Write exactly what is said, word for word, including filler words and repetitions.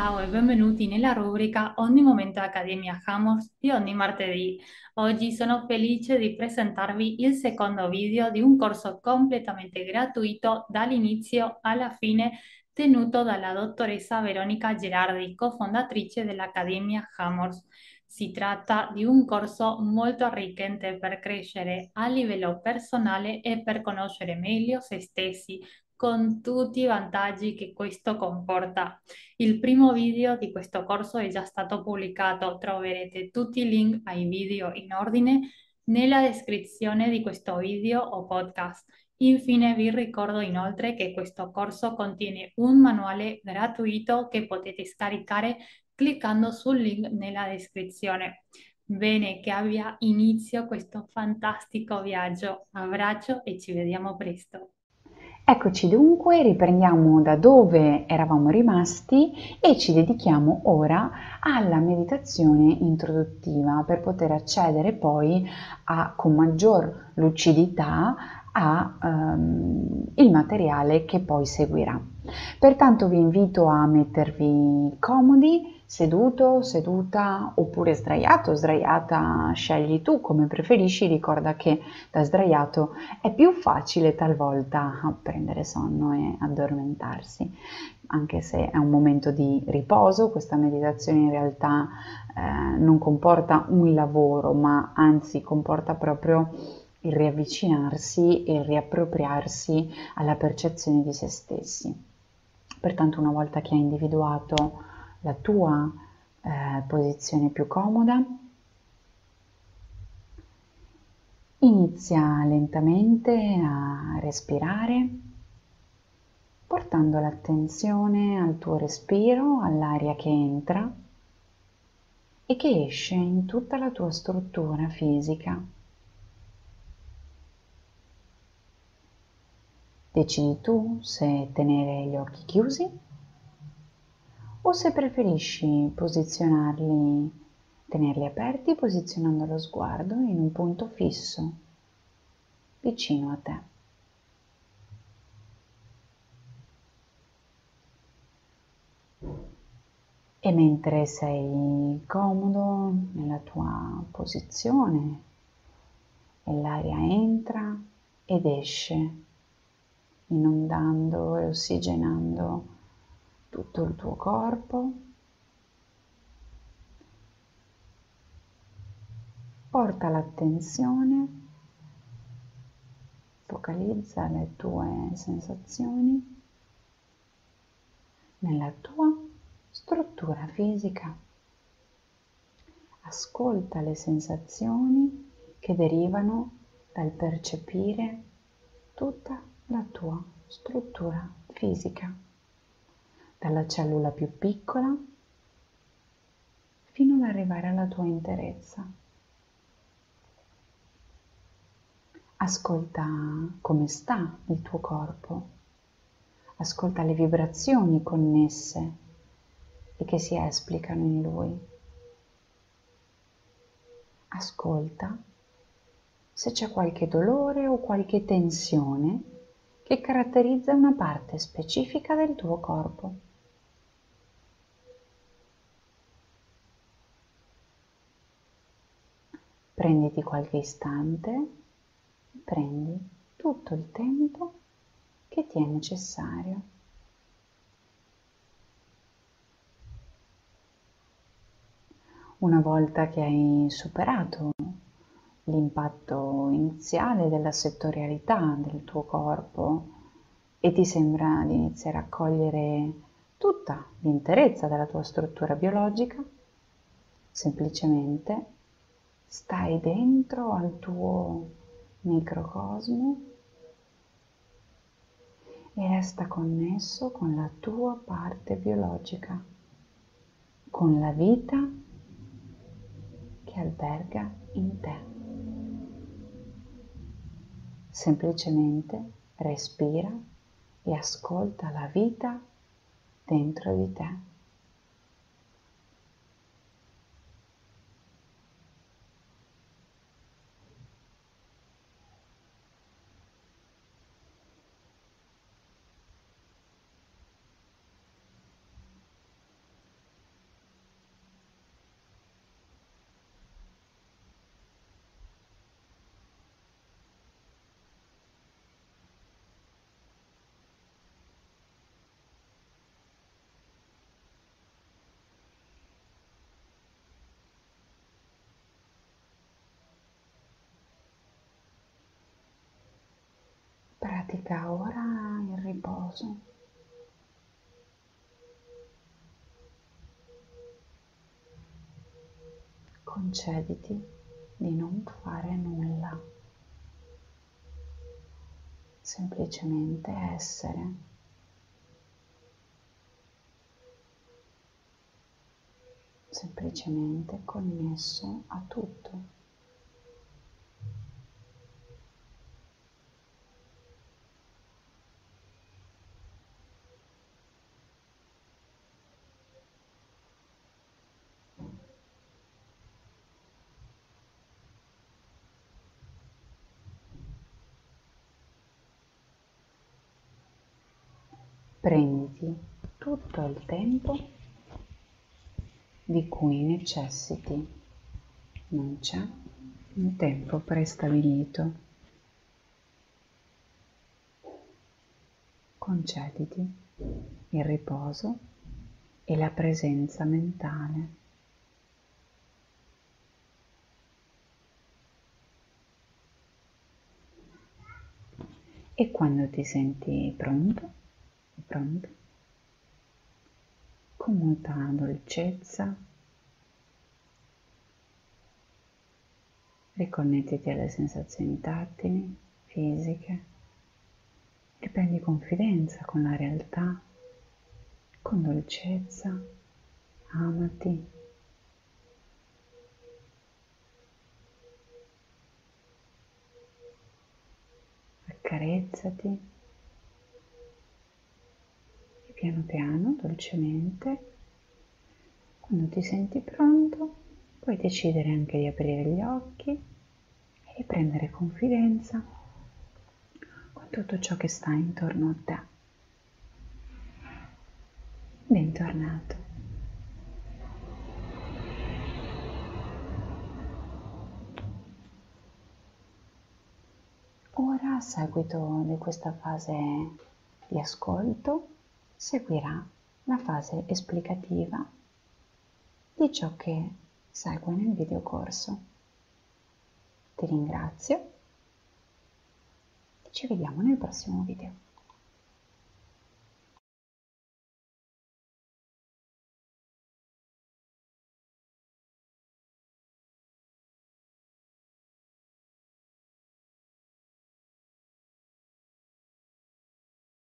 Ciao e benvenuti nella rubrica Ogni momento Accademia Hammers di ogni martedì. Oggi sono felice di presentarvi il secondo video di un corso completamente gratuito dall'inizio alla fine tenuto dalla dottoressa Veronica Gerardi, cofondatrice dell'Accademia Hammers. Si tratta di un corso molto arricchente per crescere a livello personale e per conoscere meglio se stessi, con tutti i vantaggi che questo comporta. Il primo video di questo corso è già stato pubblicato, troverete tutti i link ai video in ordine nella descrizione di questo video o podcast. Infine vi ricordo inoltre che questo corso contiene un manuale gratuito che potete scaricare cliccando sul link nella descrizione. Bene, che abbia inizio questo fantastico viaggio. Abbraccio e ci vediamo presto. Eccoci dunque, riprendiamo da dove eravamo rimasti e ci dedichiamo ora alla meditazione introduttiva per poter accedere poi a, con maggior lucidità a, um, il materiale che poi seguirà. Pertanto vi invito a mettervi comodi, seduto, seduta oppure sdraiato, sdraiata, scegli tu come preferisci. Ricorda che da sdraiato è più facile talvolta prendere sonno e addormentarsi, anche se è un momento di riposo. Questa meditazione in realtà eh, non comporta un lavoro, ma anzi comporta proprio il riavvicinarsi e il riappropriarsi alla percezione di se stessi. Pertanto, una volta che hai individuato la tua eh, posizione più comoda, inizia lentamente a respirare, portando l'attenzione al tuo respiro, all'aria che entra e che esce in tutta la tua struttura fisica. Decidi tu se tenere gli occhi chiusi o se preferisci posizionarli, tenerli aperti, posizionando lo sguardo in un punto fisso vicino a te. E mentre sei comodo nella tua posizione e l'aria entra ed esce, inondando e ossigenando tutto il tuo corpo, porta l'attenzione, focalizza le tue sensazioni nella tua struttura fisica. Ascolta le sensazioni che derivano dal percepire tutta la tua struttura fisica, dalla cellula più piccola fino ad arrivare alla tua interezza. Ascolta come sta il tuo corpo, ascolta le vibrazioni connesse e che si esplicano in lui. Ascolta se c'è qualche dolore o qualche tensione che caratterizza una parte specifica del tuo corpo. Prenditi qualche istante, prendi tutto il tempo che ti è necessario. Una volta che hai superato l'impatto iniziale della settorialità del tuo corpo e ti sembra di iniziare a cogliere tutta l'interezza della tua struttura biologica, semplicemente stai dentro al tuo microcosmo e resta connesso con la tua parte biologica, con la vita che alberga in te. Semplicemente respira e ascolta la vita dentro di te. Pratica ora il riposo. Concediti di non fare nulla, semplicemente essere. Semplicemente connesso a tutto. Prenditi tutto il tempo di cui necessiti. Non c'è un tempo prestabilito. Concediti il riposo e la presenza mentale. E quando ti senti pronto, pronto, con molta dolcezza, riconnettiti alle sensazioni tattili, fisiche, e prendi confidenza con la realtà, con dolcezza, amati. Accarezzati e piano piano, dolcemente, quando ti senti pronto, puoi decidere anche di aprire gli occhi e riprendere confidenza con tutto ciò che sta intorno a te. Bentornato. Ora, a seguito di questa fase di ascolto, seguirà la fase esplicativa di ciò che segue nel videocorso. Ti ringrazio e ci vediamo nel prossimo video.